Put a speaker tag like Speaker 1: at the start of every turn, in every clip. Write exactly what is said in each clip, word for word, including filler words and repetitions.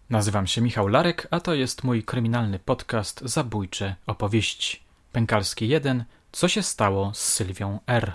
Speaker 1: Nazywam się Michał Larek, a to jest mój kryminalny podcast Zabójcze opowieści. Pękalski jeden. Co się stało z Sylwią R?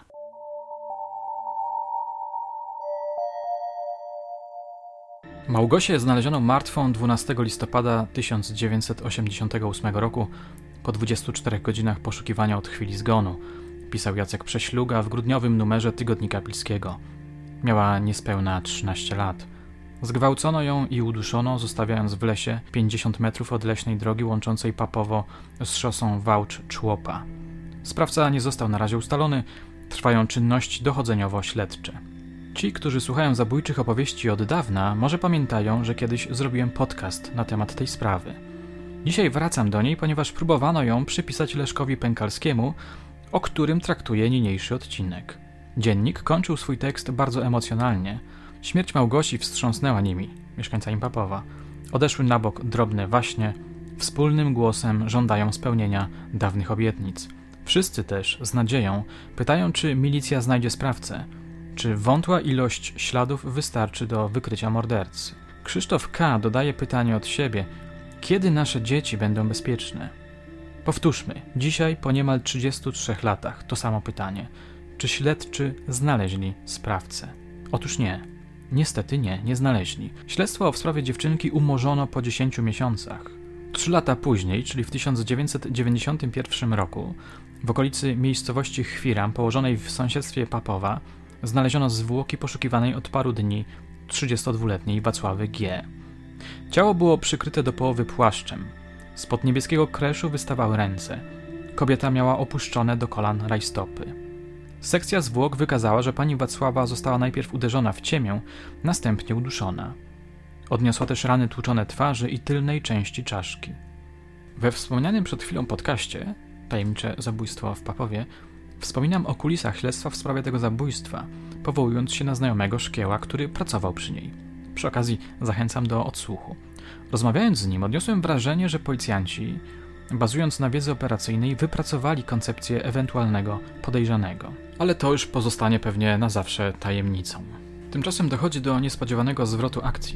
Speaker 1: Małgosię znaleziono martwą dwunastego listopada tysiąc dziewięćset osiemdziesiątego ósmego roku po dwudziestu czterech godzinach poszukiwania od chwili zgonu, pisał Jacek Prześluga w grudniowym numerze Tygodnika Pilskiego. Miała niespełna trzynaście lat. Zgwałcono ją i uduszono, zostawiając w lesie pięćdziesiąt metrów od leśnej drogi łączącej Papowo z szosą Wałcz-Człopa. Sprawca nie został na razie ustalony, trwają czynności dochodzeniowo-śledcze. Ci, którzy słuchają zabójczych opowieści od dawna, może pamiętają, że kiedyś zrobiłem podcast na temat tej sprawy. Dzisiaj wracam do niej, ponieważ próbowano ją przypisać Leszkowi Pękalskiemu, o którym traktuje niniejszy odcinek. Dziennik kończył swój tekst bardzo emocjonalnie. Śmierć Małgosi wstrząsnęła nimi, mieszkańcami Papowa. Odeszły na bok drobne waśnie, wspólnym głosem żądają spełnienia dawnych obietnic. Wszyscy też z nadzieją pytają, czy milicja znajdzie sprawcę, czy wątła ilość śladów wystarczy do wykrycia mordercy. Krzysztof K. dodaje pytanie od siebie: kiedy nasze dzieci będą bezpieczne? Powtórzmy, dzisiaj po niemal trzydziestu trzech latach to samo pytanie. Czy śledczy znaleźli sprawcę? Otóż nie. Niestety nie, nie znaleźli. Śledztwo w sprawie dziewczynki umorzono po dziesięciu miesiącach. Trzy lata później, czyli w tysiąc dziewięćset dziewięćdziesiątym pierwszym roku, w okolicy miejscowości Chwiram, położonej w sąsiedztwie Papowa, znaleziono zwłoki poszukiwanej od paru dni trzydziestodwuletniej Wacławy G. Ciało było przykryte do połowy płaszczem. Spod niebieskiego kreszu wystawały ręce. Kobieta miała opuszczone do kolan rajstopy. Sekcja zwłok wykazała, że pani Wacława została najpierw uderzona w ciemię, następnie uduszona. Odniosła też rany tłuczone twarzy i tylnej części czaszki. We wspomnianym przed chwilą podcaście Tajemnicze zabójstwo w Papowie wspominam o kulisach śledztwa w sprawie tego zabójstwa, powołując się na znajomego Szkieła, który pracował przy niej. Przy okazji zachęcam do odsłuchu. Rozmawiając z nim, odniosłem wrażenie, że policjanci, bazując na wiedzy operacyjnej, wypracowali koncepcję ewentualnego podejrzanego. Ale to już pozostanie pewnie na zawsze tajemnicą. Tymczasem dochodzi do niespodziewanego zwrotu akcji.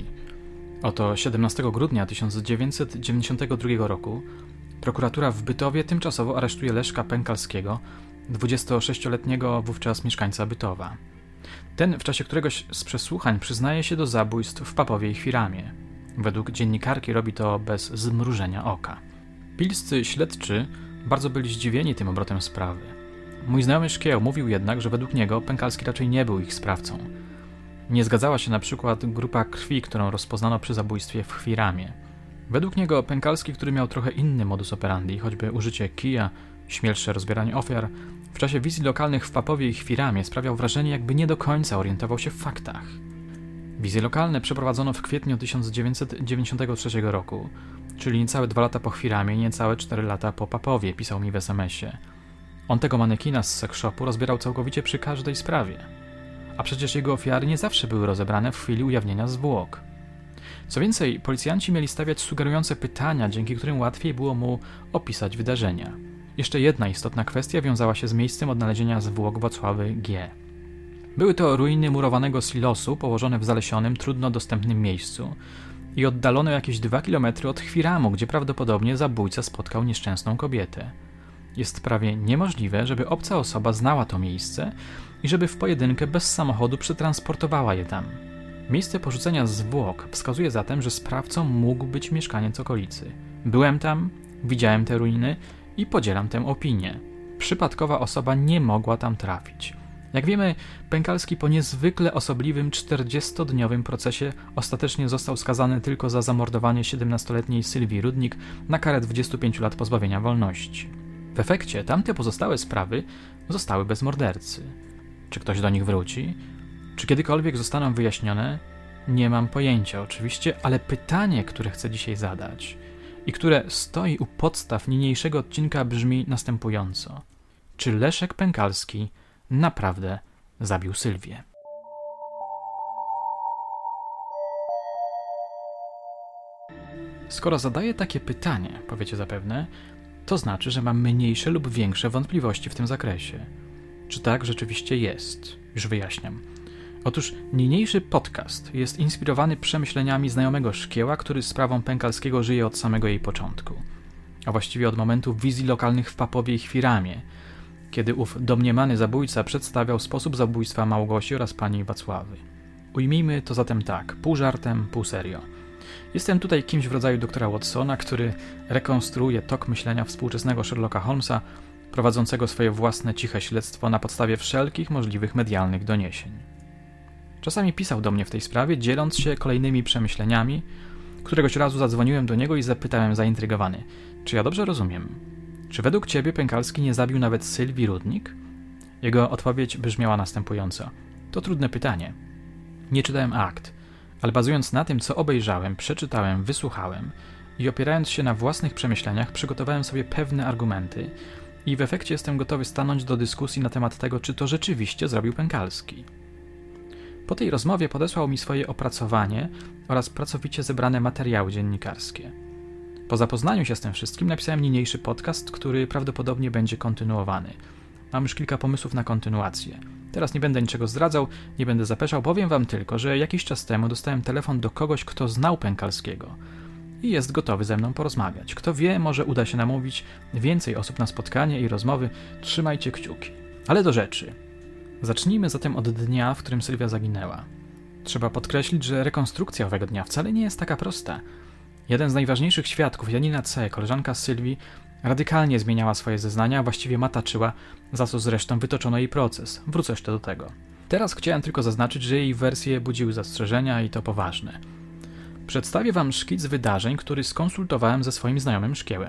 Speaker 1: Oto siedemnastego grudnia tysiąc dziewięćset dziewięćdziesiątego drugiego roku prokuratura w Bytowie tymczasowo aresztuje Leszka Pękalskiego, dwudziestosześcioletniego wówczas mieszkańca Bytowa. Ten w czasie któregoś z przesłuchań przyznaje się do zabójstw w Papowie i Chwiramie. Według dziennikarki robi to bez zmrużenia oka. Pilscy śledczy bardzo byli zdziwieni tym obrotem sprawy. Mój znajomy Szkieł mówił jednak, że według niego Pękalski raczej nie był ich sprawcą. Nie zgadzała się na przykład grupa krwi, którą rozpoznano przy zabójstwie w Chwiramie. Według niego Pękalski, który miał trochę inny modus operandi, choćby użycie kija, śmielsze rozbieranie ofiar, w czasie wizji lokalnych w Papowie i Chwiramie sprawiał wrażenie, jakby nie do końca orientował się w faktach. Wizje lokalne przeprowadzono w kwietniu tysiąc dziewięćset dziewięćdziesiątego trzeciego roku, czyli niecałe dwa lata po Chwiramie i niecałe cztery lata po Papowie, pisał mi w es em esie. On tego manekina z sekshopu rozbierał całkowicie przy każdej sprawie. A przecież jego ofiary nie zawsze były rozebrane w chwili ujawnienia zwłok. Co więcej, policjanci mieli stawiać sugerujące pytania, dzięki którym łatwiej było mu opisać wydarzenia. Jeszcze jedna istotna kwestia wiązała się z miejscem odnalezienia zwłok Wacławy G. Były to ruiny murowanego silosu położone w zalesionym, trudno dostępnym miejscu i oddalone o jakieś dwa kilometry od Chwiramu, gdzie prawdopodobnie zabójca spotkał nieszczęsną kobietę. Jest prawie niemożliwe, żeby obca osoba znała to miejsce i żeby w pojedynkę bez samochodu przetransportowała je tam. Miejsce porzucenia zwłok wskazuje zatem, że sprawcą mógł być mieszkaniec okolicy. Byłem tam, widziałem te ruiny i podzielam tę opinię. Przypadkowa osoba nie mogła tam trafić. Jak wiemy, Pękalski po niezwykle osobliwym czterdziestodniowym procesie ostatecznie został skazany tylko za zamordowanie siedemnastoletniej Sylwii Rudnik na karę dwudziestu pięciu lat pozbawienia wolności. W efekcie tamte pozostałe sprawy zostały bez mordercy. Czy ktoś do nich wróci? Czy kiedykolwiek zostaną wyjaśnione? Nie mam pojęcia oczywiście, ale pytanie, które chcę dzisiaj zadać i które stoi u podstaw niniejszego odcinka brzmi następująco. Czy Leszek Pękalski naprawdę zabił Sylwię? Skoro zadaję takie pytanie, powiecie zapewne, to znaczy, że mam mniejsze lub większe wątpliwości w tym zakresie. Czy tak rzeczywiście jest? Już wyjaśniam. Otóż niniejszy podcast jest inspirowany przemyśleniami znajomego Szkieła, który sprawą Pękalskiego żyje od samego jej początku, a właściwie od momentu wizji lokalnych w Papowie i Chwiramie, kiedy ów domniemany zabójca przedstawiał sposób zabójstwa Małgosi oraz pani Wacławy. Ujmijmy to zatem tak, pół żartem, pół serio. Jestem tutaj kimś w rodzaju doktora Watsona, który rekonstruuje tok myślenia współczesnego Sherlocka Holmesa, prowadzącego swoje własne ciche śledztwo na podstawie wszelkich możliwych medialnych doniesień. Czasami pisał do mnie w tej sprawie, dzieląc się kolejnymi przemyśleniami. Któregoś razu zadzwoniłem do niego i zapytałem zaintrygowany, czy ja dobrze rozumiem? Czy według ciebie Pękalski nie zabił nawet Sylwii Rudnik? Jego odpowiedź brzmiała następująco. To trudne pytanie. Nie czytałem akt, ale bazując na tym, co obejrzałem, przeczytałem, wysłuchałem i opierając się na własnych przemyśleniach, przygotowałem sobie pewne argumenty i w efekcie jestem gotowy stanąć do dyskusji na temat tego, czy to rzeczywiście zrobił Pękalski. Po tej rozmowie podesłał mi swoje opracowanie oraz pracowicie zebrane materiały dziennikarskie. Po zapoznaniu się z tym wszystkim napisałem niniejszy podcast, który prawdopodobnie będzie kontynuowany. Mam już kilka pomysłów na kontynuację. Teraz nie będę niczego zdradzał, nie będę zapeszał, powiem wam tylko, że jakiś czas temu dostałem telefon do kogoś, kto znał Pękalskiego i jest gotowy ze mną porozmawiać. Kto wie, może uda się namówić więcej osób na spotkanie i rozmowy. Trzymajcie kciuki. Ale do rzeczy. Zacznijmy zatem od dnia, w którym Sylwia zaginęła. Trzeba podkreślić, że rekonstrukcja owego dnia wcale nie jest taka prosta. Jeden z najważniejszych świadków, Janina C., koleżanka Sylwii, radykalnie zmieniała swoje zeznania, a właściwie mataczyła, za co zresztą wytoczono jej proces. Wrócę jeszcze do tego. Teraz chciałem tylko zaznaczyć, że jej wersje budziły zastrzeżenia i to poważne. Przedstawię wam szkic wydarzeń, który skonsultowałem ze swoim znajomym Szkiełem.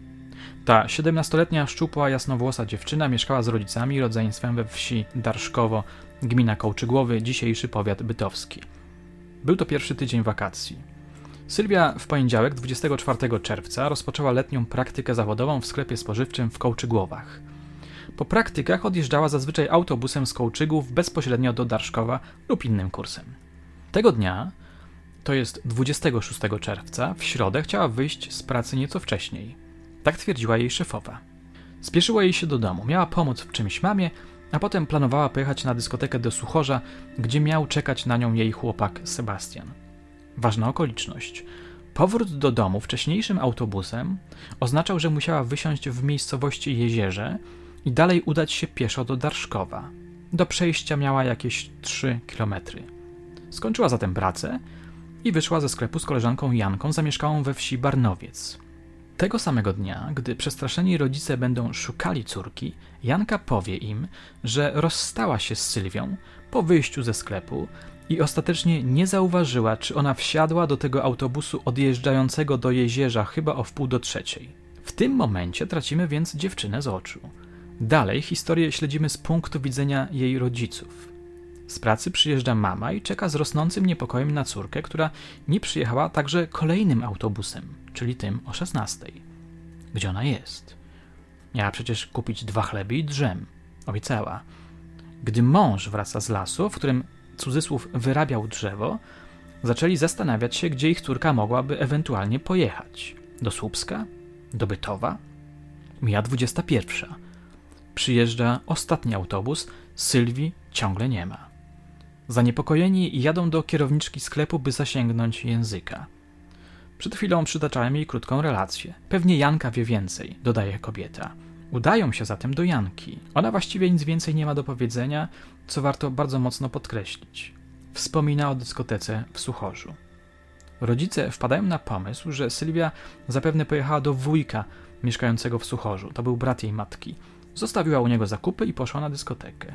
Speaker 1: Ta siedemnastoletnia, szczupła, jasnowłosa dziewczyna mieszkała z rodzicami i rodzeństwem we wsi Darszkowo, gmina Kołczygłowy, dzisiejszy powiat bytowski. Był to pierwszy tydzień wakacji. Sylwia w poniedziałek, dwudziestego czwartego czerwca, rozpoczęła letnią praktykę zawodową w sklepie spożywczym w Kołczygłowach. Po praktykach odjeżdżała zazwyczaj autobusem z Kołczygów bezpośrednio do Darszkowa lub innym kursem. Tego dnia, to jest dwudziestego szóstego czerwca, w środę chciała wyjść z pracy nieco wcześniej. Tak twierdziła jej szefowa. Spieszyło jej się do domu, miała pomóc w czymś mamie, a potem planowała pojechać na dyskotekę do Suchorza, gdzie miał czekać na nią jej chłopak Sebastian. Ważna okoliczność. Powrót do domu wcześniejszym autobusem oznaczał, że musiała wysiąść w miejscowości Jezierze i dalej udać się pieszo do Darszkowa. Do przejścia miała jakieś trzy kilometry. Skończyła zatem pracę i wyszła ze sklepu z koleżanką Janką zamieszkałą we wsi Barnowiec. Tego samego dnia, gdy przestraszeni rodzice będą szukali córki, Janka powie im, że rozstała się z Sylwią po wyjściu ze sklepu i ostatecznie nie zauważyła, czy ona wsiadła do tego autobusu odjeżdżającego do Jezierza chyba o wpół do trzeciej. W tym momencie tracimy więc dziewczynę z oczu. Dalej historię śledzimy z punktu widzenia jej rodziców. Z pracy przyjeżdża mama i czeka z rosnącym niepokojem na córkę, która nie przyjechała także kolejnym autobusem, czyli tym o szesnastej. Gdzie ona jest? Miała przecież kupić dwa chleby i drzem. Obiecała. Gdy mąż wraca z lasu, w którym cudzysłów wyrabiał drzewo, zaczęli zastanawiać się, gdzie ich córka mogłaby ewentualnie pojechać. Do Słupska? Do Bytowa? Mija dwudziesta pierwsza. Przyjeżdża ostatni autobus, Sylwii ciągle nie ma. Zaniepokojeni jadą do kierowniczki sklepu, by zasięgnąć języka. Przed chwilą przytaczałem jej krótką relację. Pewnie Janka wie więcej, dodaje kobieta. Udają się zatem do Janki. Ona właściwie nic więcej nie ma do powiedzenia, co warto bardzo mocno podkreślić. Wspomina o dyskotece w Suchorzu. Rodzice wpadają na pomysł, że Sylwia zapewne pojechała do wujka mieszkającego w Suchorzu. To był brat jej matki. Zostawiła u niego zakupy i poszła na dyskotekę.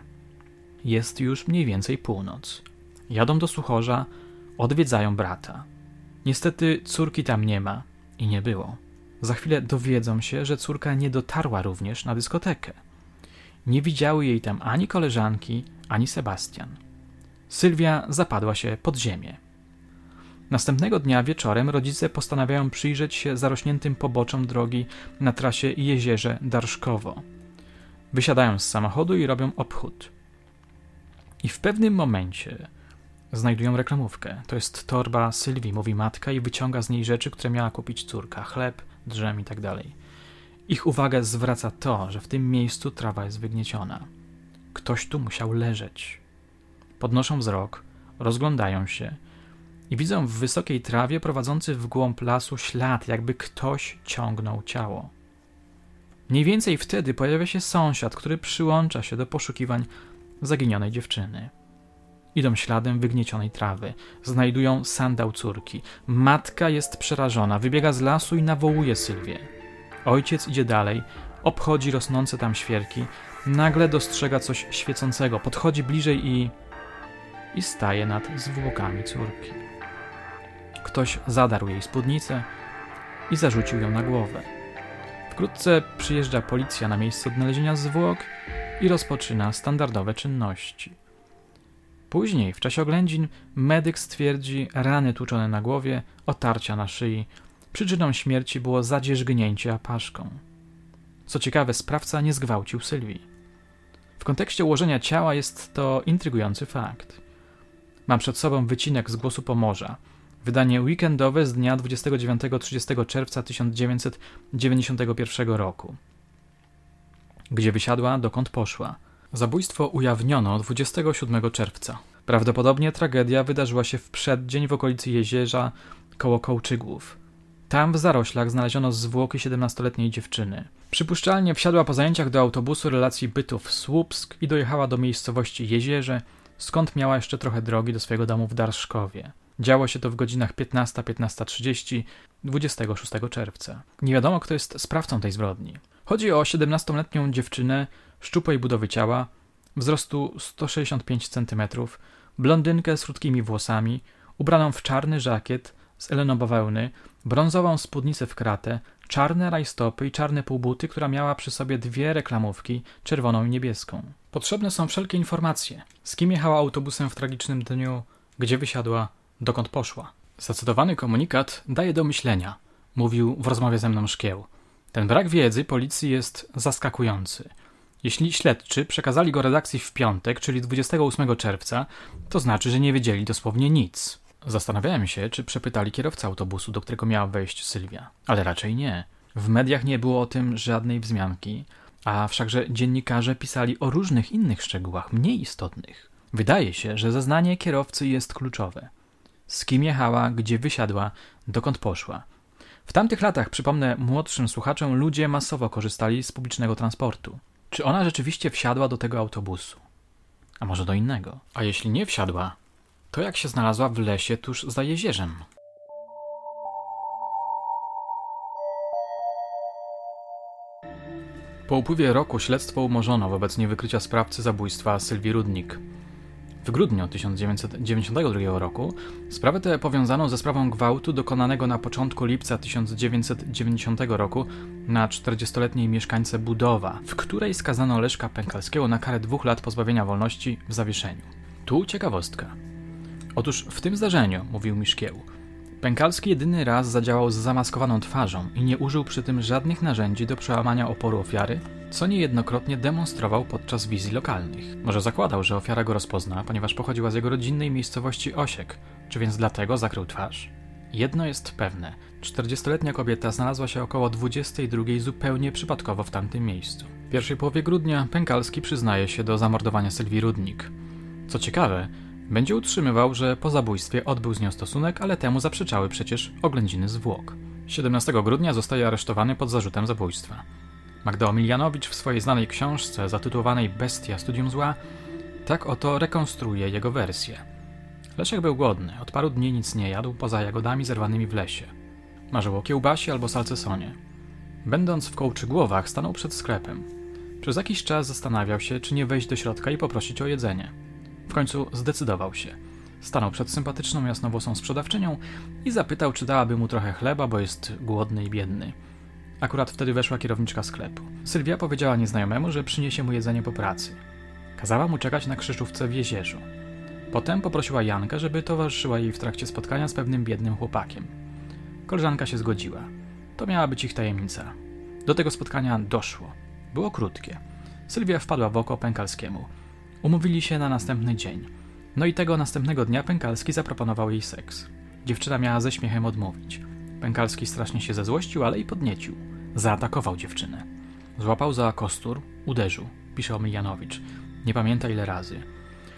Speaker 1: Jest już mniej więcej północ. Jadą do Suchorza, odwiedzają brata. Niestety córki tam nie ma i nie było. Za chwilę dowiedzą się, że córka nie dotarła również na dyskotekę. Nie widziały jej tam ani koleżanki, ani Sebastian. Sylwia zapadła się pod ziemię. Następnego dnia wieczorem rodzice postanawiają przyjrzeć się zarośniętym poboczom drogi na trasie Jezierze-Darszkowo. Wysiadają z samochodu i robią obchód. I w pewnym momencie znajdują reklamówkę. To jest torba Sylwii, mówi matka, i wyciąga z niej rzeczy, które miała kupić córka. Chleb, drzem i tak dalej. Ich uwagę zwraca to, że w tym miejscu trawa jest wygnieciona. Ktoś tu musiał leżeć. Podnoszą wzrok, rozglądają się i widzą w wysokiej trawie prowadzący w głąb lasu ślad, jakby ktoś ciągnął ciało. Mniej więcej wtedy pojawia się sąsiad, który przyłącza się do poszukiwań zaginionej dziewczyny. Idą śladem wygniecionej trawy, znajdują sandał córki. Matka jest przerażona, wybiega z lasu i nawołuje Sylwię. Ojciec idzie dalej, obchodzi rosnące tam świerki, nagle dostrzega coś świecącego, podchodzi bliżej i... i staje nad zwłokami córki. Ktoś zadarł jej spódnicę i zarzucił ją na głowę. Wkrótce przyjeżdża policja na miejsce odnalezienia zwłok i rozpoczyna standardowe czynności. Później, w czasie oględzin, medyk stwierdzi rany tłuczone na głowie, otarcia na szyi. Przyczyną śmierci było zadzierzgnięcie apaszką. Co ciekawe, sprawca nie zgwałcił Sylwii. W kontekście ułożenia ciała jest to intrygujący fakt. Mam przed sobą wycinek z Głosu Pomorza, wydanie weekendowe z dnia dwudziestego dziewiątego do trzydziestego czerwca tysiąc dziewięćset dziewięćdziesiątego pierwszego roku. Gdzie wysiadła, dokąd poszła. Zabójstwo ujawniono dwudziestego siódmego czerwca. Prawdopodobnie tragedia wydarzyła się w przeddzień w okolicy Jezierza koło Kołczygłów. Tam w zaroślach znaleziono zwłoki siedemnastoletniej dziewczyny. Przypuszczalnie wsiadła po zajęciach do autobusu relacji Bytów-Słupsk i dojechała do miejscowości Jezierze, skąd miała jeszcze trochę drogi do swojego domu w Darszkowie. Działo się to w godzinach piętnasta do piętnastej trzydzieści dwudziestego szóstego czerwca. Nie wiadomo, kto jest sprawcą tej zbrodni. Chodzi o siedemnastoletnią dziewczynę szczupłej budowy ciała, wzrostu sto sześćdziesiąt pięć centymetrów, blondynkę z krótkimi włosami, ubraną w czarny żakiet z elenobawełny, brązową spódnicę w kratę, czarne rajstopy i czarne półbuty, która miała przy sobie dwie reklamówki, czerwoną i niebieską. Potrzebne są wszelkie informacje. Z kim jechała autobusem w tragicznym dniu, gdzie wysiadła, dokąd poszła. Zacytowany komunikat daje do myślenia, mówił w rozmowie ze mną Szkieł. Ten brak wiedzy policji jest zaskakujący. Jeśli śledczy przekazali go redakcji w piątek, czyli dwudziestego ósmego czerwca, to znaczy, że nie wiedzieli dosłownie nic. Zastanawiałem się, czy przepytali kierowcę autobusu, do którego miała wejść Sylwia. Ale raczej nie. W mediach nie było o tym żadnej wzmianki, a wszakże dziennikarze pisali o różnych innych szczegółach, mniej istotnych. Wydaje się, że zeznanie kierowcy jest kluczowe. Z kim jechała, gdzie wysiadła, dokąd poszła. W tamtych latach, przypomnę młodszym słuchaczom, ludzie masowo korzystali z publicznego transportu. Czy ona rzeczywiście wsiadła do tego autobusu? A może do innego? A jeśli nie wsiadła, to jak się znalazła w lesie tuż za Jezierzem? Po upływie roku śledztwo umorzono wobec niewykrycia sprawcy zabójstwa Sylwii Rudnik. W grudniu tysiąc dziewięćset dziewięćdziesiątego drugiego roku sprawę tę powiązano ze sprawą gwałtu dokonanego na początku lipca tysiąc dziewięćset dziewięćdziesiątego roku na czterdziestoletniej mieszkańce Budowa, w której skazano Leszka Pękalskiego na karę dwóch lat pozbawienia wolności w zawieszeniu. Tu ciekawostka. Otóż w tym zdarzeniu, mówił mi Szkieł, Pękalski jedyny raz zadziałał z zamaskowaną twarzą i nie użył przy tym żadnych narzędzi do przełamania oporu ofiary, co niejednokrotnie demonstrował podczas wizji lokalnych. Może zakładał, że ofiara go rozpozna, ponieważ pochodziła z jego rodzinnej miejscowości Osiek, czy więc dlatego zakrył twarz? Jedno jest pewne, czterdziestoletnia kobieta znalazła się około dwudziestej drugiej zupełnie przypadkowo w tamtym miejscu. W pierwszej połowie grudnia Pękalski przyznaje się do zamordowania Sylwii Rudnik. Co ciekawe, będzie utrzymywał, że po zabójstwie odbył z nią stosunek, ale temu zaprzeczały przecież oględziny zwłok. siedemnastego grudnia zostaje aresztowany pod zarzutem zabójstwa. Magda Omiljanowicz w swojej znanej książce zatytułowanej Bestia, studium zła tak oto rekonstruuje jego wersję. Leszek był głodny, od paru dni nic nie jadł poza jagodami zerwanymi w lesie. Marzył o kiełbasie albo salcesonie. Będąc w Kołczygłowach, stanął przed sklepem. Przez jakiś czas zastanawiał się, czy nie wejść do środka i poprosić o jedzenie. W końcu zdecydował się. Stanął przed sympatyczną, jasnowłosą sprzedawczynią i zapytał, czy dałaby mu trochę chleba, bo jest głodny i biedny. Akurat wtedy weszła kierowniczka sklepu. Sylwia powiedziała nieznajomemu, że przyniesie mu jedzenie po pracy. Kazała mu czekać na krzyżówce w Jezierzu. Potem poprosiła Jankę, żeby towarzyszyła jej w trakcie spotkania z pewnym biednym chłopakiem. Koleżanka się zgodziła. To miała być ich tajemnica. Do tego spotkania doszło. Było krótkie. Sylwia wpadła w oko Pękalskiemu. Umówili się na następny dzień. No i tego następnego dnia Pękalski zaproponował jej seks. Dziewczyna miała ze śmiechem odmówić. Pękalski strasznie się zezłościł, ale i podniecił. Zaatakował dziewczynę. Złapał za kostur, uderzył, pisze Omiljanowicz. Nie pamięta ile razy.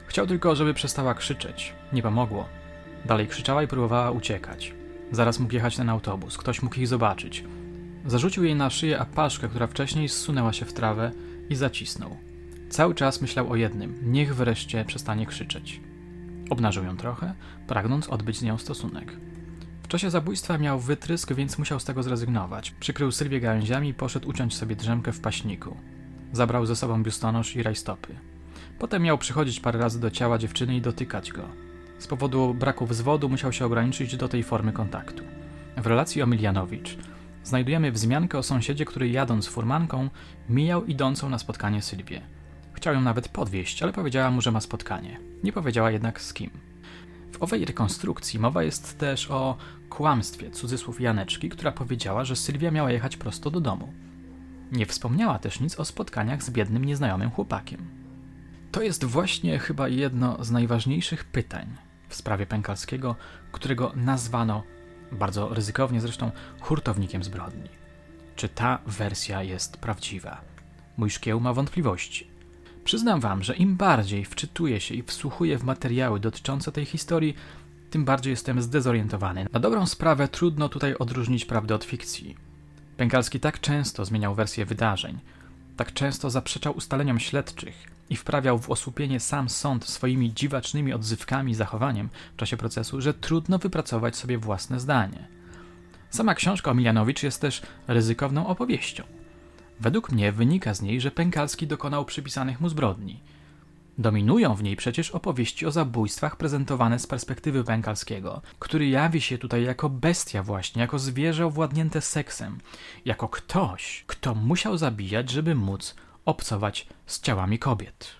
Speaker 1: Chciał tylko, żeby przestała krzyczeć. Nie pomogło. Dalej krzyczała i próbowała uciekać. Zaraz mógł jechać ten autobus, ktoś mógł ich zobaczyć. Zarzucił jej na szyję apaszkę, która wcześniej zsunęła się w trawę i zacisnął. Cały czas myślał o jednym, niech wreszcie przestanie krzyczeć. Obnażył ją trochę, pragnąc odbyć z nią stosunek. W czasie zabójstwa miał wytrysk, więc musiał z tego zrezygnować. Przykrył Sylwię gałęziami i poszedł uciąć sobie drzemkę w paśniku. Zabrał ze sobą biustonosz i rajstopy. Potem miał przychodzić parę razy do ciała dziewczyny i dotykać go. Z powodu braku wzwodu musiał się ograniczyć do tej formy kontaktu. W relacji Omiljanowicz znajdujemy wzmiankę o sąsiedzie, który jadąc furmanką mijał idącą na spotkanie Sylwię. Chciał ją nawet podwieźć, ale powiedziała mu, że ma spotkanie. Nie powiedziała jednak z kim. W owej rekonstrukcji mowa jest też o kłamstwie, cudzysłów Janeczki, która powiedziała, że Sylwia miała jechać prosto do domu. Nie wspomniała też nic o spotkaniach z biednym, nieznajomym chłopakiem. To jest właśnie chyba jedno z najważniejszych pytań w sprawie Pękalskiego, którego nazwano, bardzo ryzykownie zresztą, hurtownikiem zbrodni. Czy ta wersja jest prawdziwa? Mój szkieł ma wątpliwości. Przyznam wam, że im bardziej wczytuję się i wsłuchuję w materiały dotyczące tej historii, tym bardziej jestem zdezorientowany. Na dobrą sprawę trudno tutaj odróżnić prawdę od fikcji. Pękalski tak często zmieniał wersję wydarzeń, tak często zaprzeczał ustaleniom śledczych i wprawiał w osłupienie sam sąd swoimi dziwacznymi odzywkami i zachowaniem w czasie procesu, że trudno wypracować sobie własne zdanie. Sama książka Omiljanowicz jest też ryzykowną opowieścią. Według mnie wynika z niej, że Pękalski dokonał przypisanych mu zbrodni. Dominują w niej przecież opowieści o zabójstwach prezentowane z perspektywy Pękalskiego, który jawi się tutaj jako bestia właśnie, jako zwierzę owładnięte seksem, jako ktoś, kto musiał zabijać, żeby móc obcować z ciałami kobiet.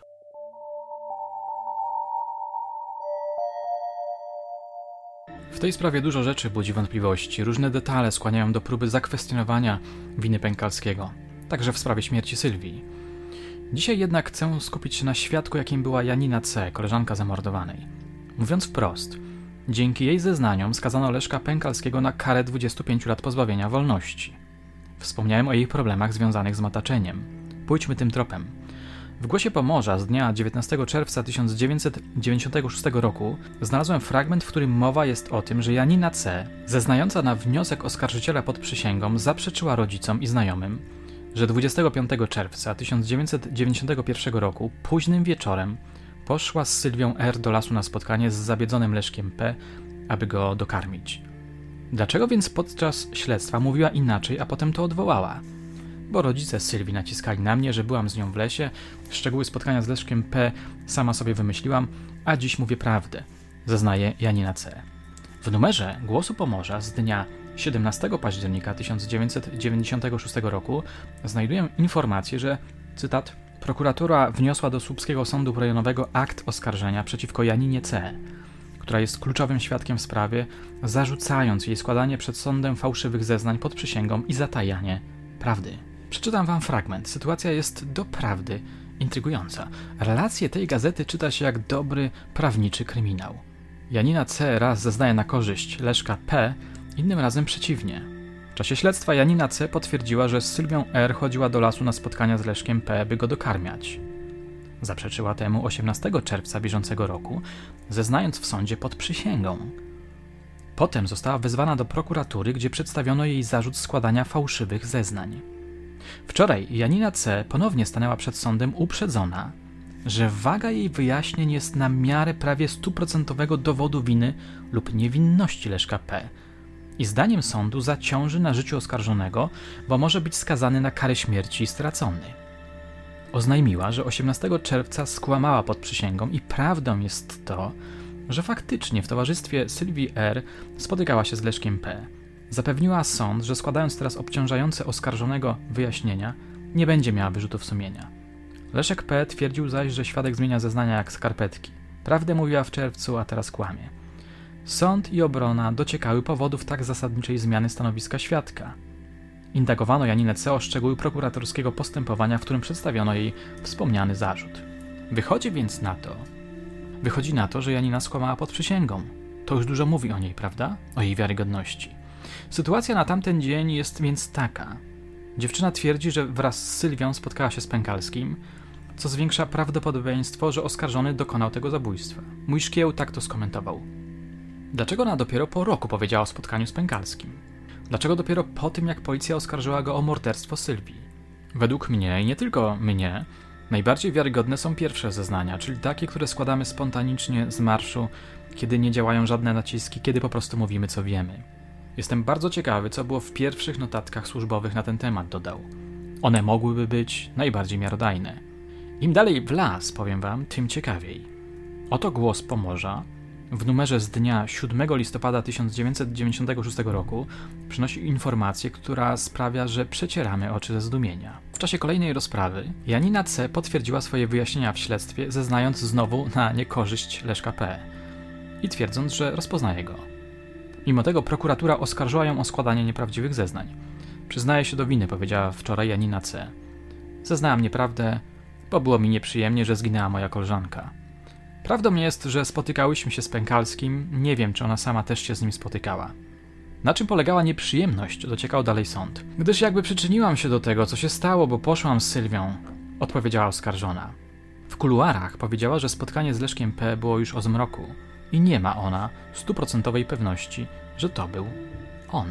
Speaker 1: W tej sprawie dużo rzeczy budzi wątpliwości, różne detale skłaniają do próby zakwestionowania winy Pękalskiego, także w sprawie śmierci Sylwii. Dzisiaj jednak chcę skupić się na świadku, jakim była Janina C., koleżanka zamordowanej. Mówiąc wprost, dzięki jej zeznaniom skazano Leszka Pękalskiego na karę dwudziestu pięciu lat pozbawienia wolności. Wspomniałem o jej problemach związanych z mataczeniem. Pójdźmy tym tropem. W Głosie Pomorza z dnia dziewiętnastego czerwca tysiąc dziewięćset dziewięćdziesiątego szóstego roku znalazłem fragment, w którym mowa jest o tym, że Janina C., zeznająca na wniosek oskarżyciela pod przysięgą, zaprzeczyła rodzicom i znajomym, że dwudziestego piątego czerwca tysiąc dziewięćset dziewięćdziesiątego pierwszego roku późnym wieczorem poszła z Sylwią R. do lasu na spotkanie z zabiedzonym Leszkiem P., aby go dokarmić. Dlaczego więc podczas śledztwa mówiła inaczej, a potem to odwołała? Bo rodzice Sylwii naciskali na mnie, że byłam z nią w lesie, szczegóły spotkania z Leszkiem P. sama sobie wymyśliłam, a dziś mówię prawdę, zeznaje Janina C. W numerze Głosu Pomorza z dnia siedemnastego października tysiąc dziewięćset dziewięćdziesiątego szóstego roku znajduję informację, że, cytat, prokuratura wniosła do Słupskiego Sądu Rejonowego akt oskarżenia przeciwko Janinie C., która jest kluczowym świadkiem w sprawie, zarzucając jej składanie przed sądem fałszywych zeznań pod przysięgą i zatajanie prawdy. Przeczytam wam fragment. Sytuacja jest doprawdy intrygująca. Relacje tej gazety czyta się jak dobry, prawniczy kryminał. Janina C. raz zeznaje na korzyść Leszka P., innym razem przeciwnie. W czasie śledztwa Janina C. potwierdziła, że z Sylwią R. chodziła do lasu na spotkania z Leszkiem P., by go dokarmiać. Zaprzeczyła temu osiemnastego czerwca bieżącego roku, zeznając w sądzie pod przysięgą. Potem została wezwana do prokuratury, gdzie przedstawiono jej zarzut składania fałszywych zeznań. Wczoraj Janina C. ponownie stanęła przed sądem uprzedzona, że waga jej wyjaśnień jest na miarę prawie stuprocentowego dowodu winy lub niewinności Leszka P. i zdaniem sądu zaciąży na życiu oskarżonego, bo może być skazany na karę śmierci i stracony. Oznajmiła, że osiemnastego czerwca skłamała pod przysięgą i prawdą jest to, że faktycznie w towarzystwie Sylwii R. spotykała się z Leszkiem P. Zapewniła sąd, że składając teraz obciążające oskarżonego wyjaśnienia, nie będzie miała wyrzutów sumienia. Leszek P. twierdził zaś, że świadek zmienia zeznania jak skarpetki. Prawdę mówiła w czerwcu, a teraz kłamie. Sąd i obrona dociekały powodów tak zasadniczej zmiany stanowiska świadka. Indagowano Janinę C. o szczegóły prokuratorskiego postępowania, w którym przedstawiono jej wspomniany zarzut. Wychodzi więc na to, wychodzi na to, że Janina skłamała pod przysięgą. To już dużo mówi o niej, prawda? O jej wiarygodności. Sytuacja na tamten dzień jest więc taka. Dziewczyna twierdzi, że wraz z Sylwią spotkała się z Pękalskim. co zwiększa prawdopodobieństwo, że oskarżony dokonał tego zabójstwa. Mój szkieł tak to skomentował. Dlaczego ona dopiero po roku powiedziała o spotkaniu z Pękalskim? Dlaczego dopiero po tym, jak policja oskarżyła go o morderstwo Sylwii? Według mnie, i nie tylko mnie, najbardziej wiarygodne są pierwsze zeznania, czyli takie, które składamy spontanicznie z marszu, kiedy nie działają żadne naciski, kiedy po prostu mówimy, co wiemy. Jestem bardzo ciekawy, co było w pierwszych notatkach służbowych na ten temat, dodał. One mogłyby być najbardziej miarodajne. Im dalej w las, powiem wam, tym ciekawiej. Oto głos Pomorza w numerze z dnia siódmego listopada tysiąc dziewięćset dziewięćdziesiątego szóstego roku przynosi informację, która sprawia, że przecieramy oczy ze zdumienia. W czasie kolejnej rozprawy Janina C. potwierdziła swoje wyjaśnienia w śledztwie, zeznając znowu na niekorzyść Leszka P. i twierdząc, że rozpoznaje go. Mimo tego prokuratura oskarżyła ją o składanie nieprawdziwych zeznań. Przyznaję się do winy, powiedziała wczoraj Janina C. Zeznałam nieprawdę, bo było mi nieprzyjemnie, że zginęła moja koleżanka. Prawdą jest, że spotykałyśmy się z Pękalskim, nie wiem, czy ona sama też się z nim spotykała. Na czym polegała nieprzyjemność, dociekał dalej sąd. Gdyż jakby przyczyniłam się do tego, co się stało, bo poszłam z Sylwią, odpowiedziała oskarżona. W kuluarach powiedziała, że spotkanie z Leszkiem P. było już o zmroku i nie ma ona stuprocentowej pewności, że to był on.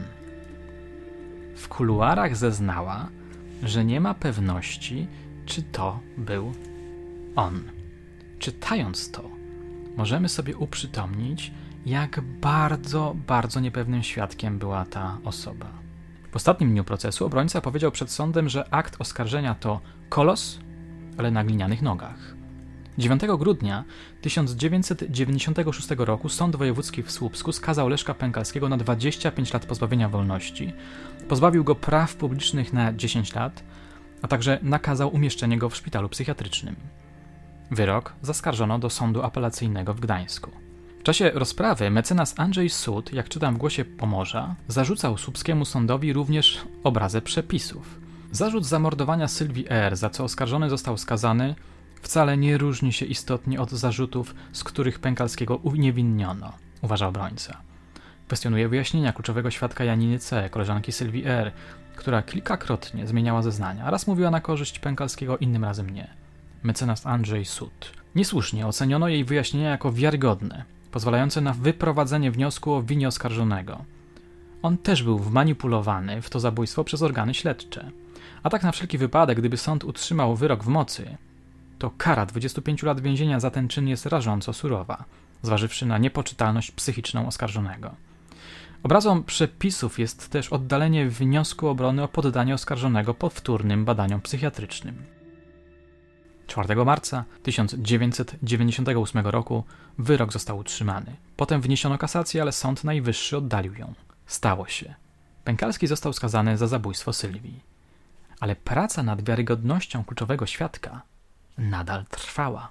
Speaker 1: W kuluarach zeznała, że nie ma pewności, czy to był on. Czytając to, możemy sobie uprzytomnić, jak bardzo, bardzo niepewnym świadkiem była ta osoba. W ostatnim dniu procesu obrońca powiedział przed sądem, że akt oskarżenia to kolos, ale na glinianych nogach. dziewiątego grudnia tysiąc dziewięćset dziewięćdziesiątego szóstego roku Sąd Wojewódzki w Słupsku skazał Leszka Pękalskiego na dwadzieścia pięć lat pozbawienia wolności, pozbawił go praw publicznych na dziesięć lat, a także nakazał umieszczenie go w szpitalu psychiatrycznym. Wyrok zaskarżono do Sądu Apelacyjnego w Gdańsku. W czasie rozprawy mecenas Andrzej Sud, jak czytam w głosie Pomorza, zarzucał słupskiemu sądowi również obrazę przepisów. Zarzut zamordowania Sylwii R., za co oskarżony został skazany, wcale nie różni się istotnie od zarzutów, z których Pękalskiego uniewinniono, uważa obrońca. Kwestionuje wyjaśnienia kluczowego świadka Janiny C., koleżanki Sylwii R., która kilkakrotnie zmieniała zeznania. Raz mówiła na korzyść Pękalskiego, innym razem nie. Mecenas Andrzej Sud. Niesłusznie oceniono jej wyjaśnienia jako wiarygodne, pozwalające na wyprowadzenie wniosku o winie oskarżonego. On też był wmanipulowany w to zabójstwo przez organy śledcze. A tak na wszelki wypadek, gdyby sąd utrzymał wyrok w mocy, to kara dwudziestu pięciu lat więzienia za ten czyn jest rażąco surowa, zważywszy na niepoczytalność psychiczną oskarżonego. Obrazą przepisów jest też oddalenie wniosku obrony o poddanie oskarżonego powtórnym badaniom psychiatrycznym. czwartego marca tysiąc dziewięćset dziewięćdziesiątego ósmego roku wyrok został utrzymany. Potem wniesiono kasację, ale Sąd Najwyższy oddalił ją. Stało się. Pękalski został skazany za zabójstwo Sylwii. Ale praca nad wiarygodnością kluczowego świadka nadal trwała.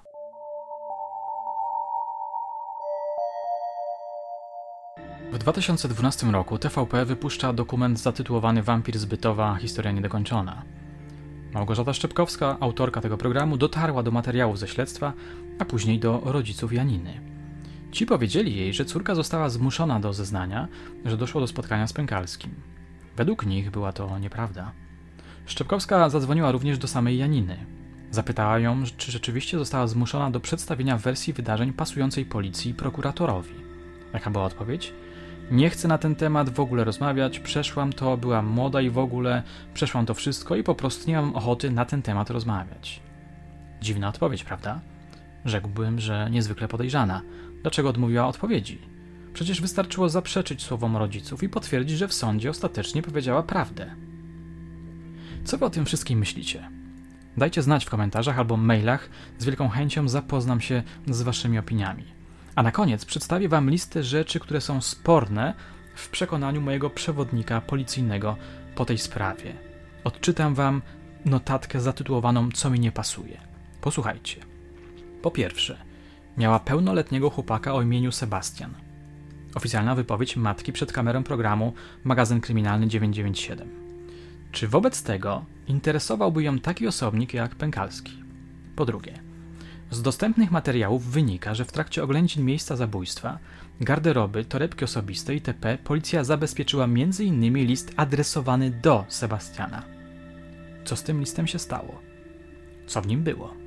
Speaker 1: W dwa tysiące dwunastym roku T V P wypuszcza dokument zatytułowany Wampir z Bytowa – historia niedokończona. Małgorzata Szczepkowska, autorka tego programu, dotarła do materiałów ze śledztwa, a później do rodziców Janiny. Ci powiedzieli jej, że córka została zmuszona do zeznania, że doszło do spotkania z Pękalskim. Według nich była to nieprawda. Szczepkowska zadzwoniła również do samej Janiny. Zapytała ją, czy rzeczywiście została zmuszona do przedstawienia wersji wydarzeń pasującej policji i prokuratorowi. Jaka była odpowiedź? Nie chcę na ten temat w ogóle rozmawiać, przeszłam to, byłam młoda i w ogóle przeszłam to wszystko i po prostu nie mam ochoty na ten temat rozmawiać. Dziwna odpowiedź, prawda? Rzekłbym, że niezwykle podejrzana. Dlaczego odmówiła odpowiedzi? Przecież wystarczyło zaprzeczyć słowom rodziców i potwierdzić, że w sądzie ostatecznie powiedziała prawdę. Co wy o tym wszystkim myślicie? Dajcie znać w komentarzach albo mailach, z wielką chęcią zapoznam się z waszymi opiniami. A na koniec przedstawię wam listę rzeczy, które są sporne w przekonaniu mojego przewodnika policyjnego po tej sprawie. Odczytam wam notatkę zatytułowaną Co mi nie pasuje. Posłuchajcie. Po pierwsze, miała pełnoletniego chłopaka o imieniu Sebastian. Oficjalna wypowiedź matki przed kamerą programu Magazyn Kryminalny dziewięćset dziewięćdziesiąt siedem. Czy wobec tego interesowałby ją taki osobnik jak Pękalski? Po drugie, z dostępnych materiałów wynika, że w trakcie oględzin miejsca zabójstwa, garderoby, torebki osobiste itp. Policja zabezpieczyła między innymi list adresowany do Sebastiana. Co z tym listem się stało? Co w nim było?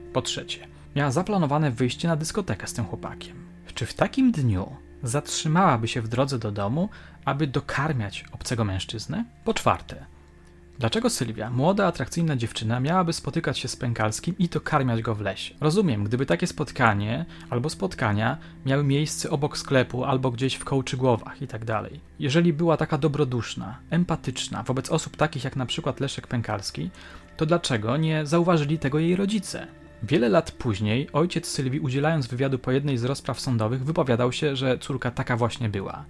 Speaker 1: Po trzecie, miała zaplanowane wyjście na dyskotekę z tym chłopakiem. Czy w takim dniu zatrzymałaby się w drodze do domu, aby dokarmiać obcego mężczyznę? Po czwarte, dlaczego Sylwia, młoda, atrakcyjna dziewczyna, miałaby spotykać się z Pękalskim i dokarmiać go w lesie? Rozumiem, gdyby takie spotkanie albo spotkania miały miejsce obok sklepu albo gdzieś w Kołczygłowach i tak dalej. Jeżeli była taka dobroduszna, empatyczna wobec osób takich jak na przykład Leszek Pękalski, to dlaczego nie zauważyli tego jej rodzice? Wiele lat później ojciec Sylwii, udzielając wywiadu po jednej z rozpraw sądowych, wypowiadał się, że córka taka właśnie była.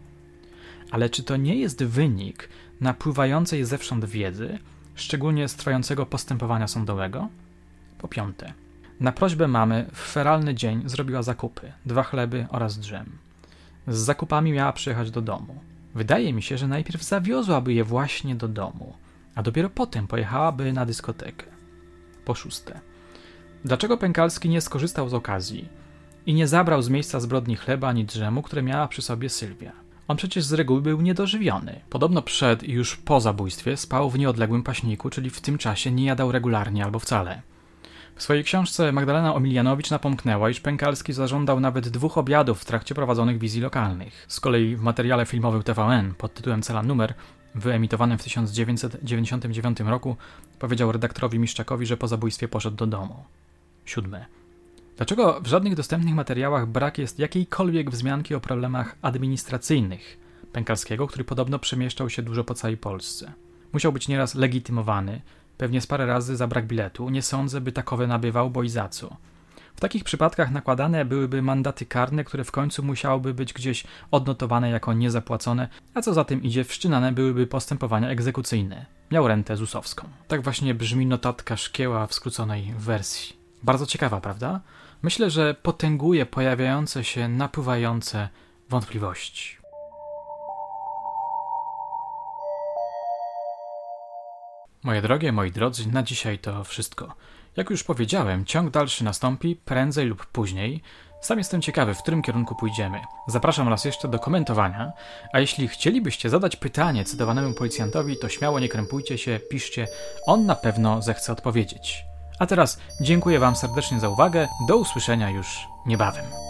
Speaker 1: Ale czy to nie jest wynik napływającej zewsząd wiedzy, szczególnie z trwającego postępowania sądowego? Po piąte, na prośbę mamy w feralny dzień zrobiła zakupy, dwa chleby oraz drzem. Z zakupami miała przyjechać do domu. Wydaje mi się, że najpierw zawiozłaby je właśnie do domu, a dopiero potem pojechałaby na dyskotekę. Po szóste, dlaczego Pękalski nie skorzystał z okazji i nie zabrał z miejsca zbrodni chleba ani drzemu, które miała przy sobie Sylwia? On przecież z reguły był niedożywiony. Podobno przed i już po zabójstwie spał w nieodległym paśniku, czyli w tym czasie nie jadał regularnie albo wcale. W swojej książce Magdalena Omilianowicz napomknęła, iż Pękalski zażądał nawet dwóch obiadów w trakcie prowadzonych wizji lokalnych. Z kolei w materiale filmowym T V N pod tytułem Cela numer, wyemitowanym w tysiąc dziewięćset dziewięćdziesiątym dziewiątym roku, powiedział redaktorowi Miszczakowi, że po zabójstwie poszedł do domu. Siódme. Dlaczego w żadnych dostępnych materiałach brak jest jakiejkolwiek wzmianki o problemach administracyjnych Pękalskiego, który podobno przemieszczał się dużo po całej Polsce? Musiał być nieraz legitymowany, pewnie z parę razy za brak biletu. Nie sądzę, by takowe nabywał, bo i za co. W takich przypadkach nakładane byłyby mandaty karne, które w końcu musiałyby być gdzieś odnotowane jako niezapłacone, a co za tym idzie, wszczynane byłyby postępowania egzekucyjne. Miał rentę zusowską. Tak właśnie brzmi notatka Szkieła w skróconej wersji. Bardzo ciekawa, prawda? Myślę, że potęguje pojawiające się, napływające wątpliwości. Moje drogie, moi drodzy, na dzisiaj to wszystko. Jak już powiedziałem, ciąg dalszy nastąpi prędzej lub później. Sam jestem ciekawy, w którym kierunku pójdziemy. Zapraszam raz jeszcze do komentowania, a jeśli chcielibyście zadać pytanie cytowanemu policjantowi, to śmiało nie krępujcie się, piszcie, on na pewno zechce odpowiedzieć. A teraz dziękuję Wam serdecznie za uwagę, do usłyszenia już niebawem.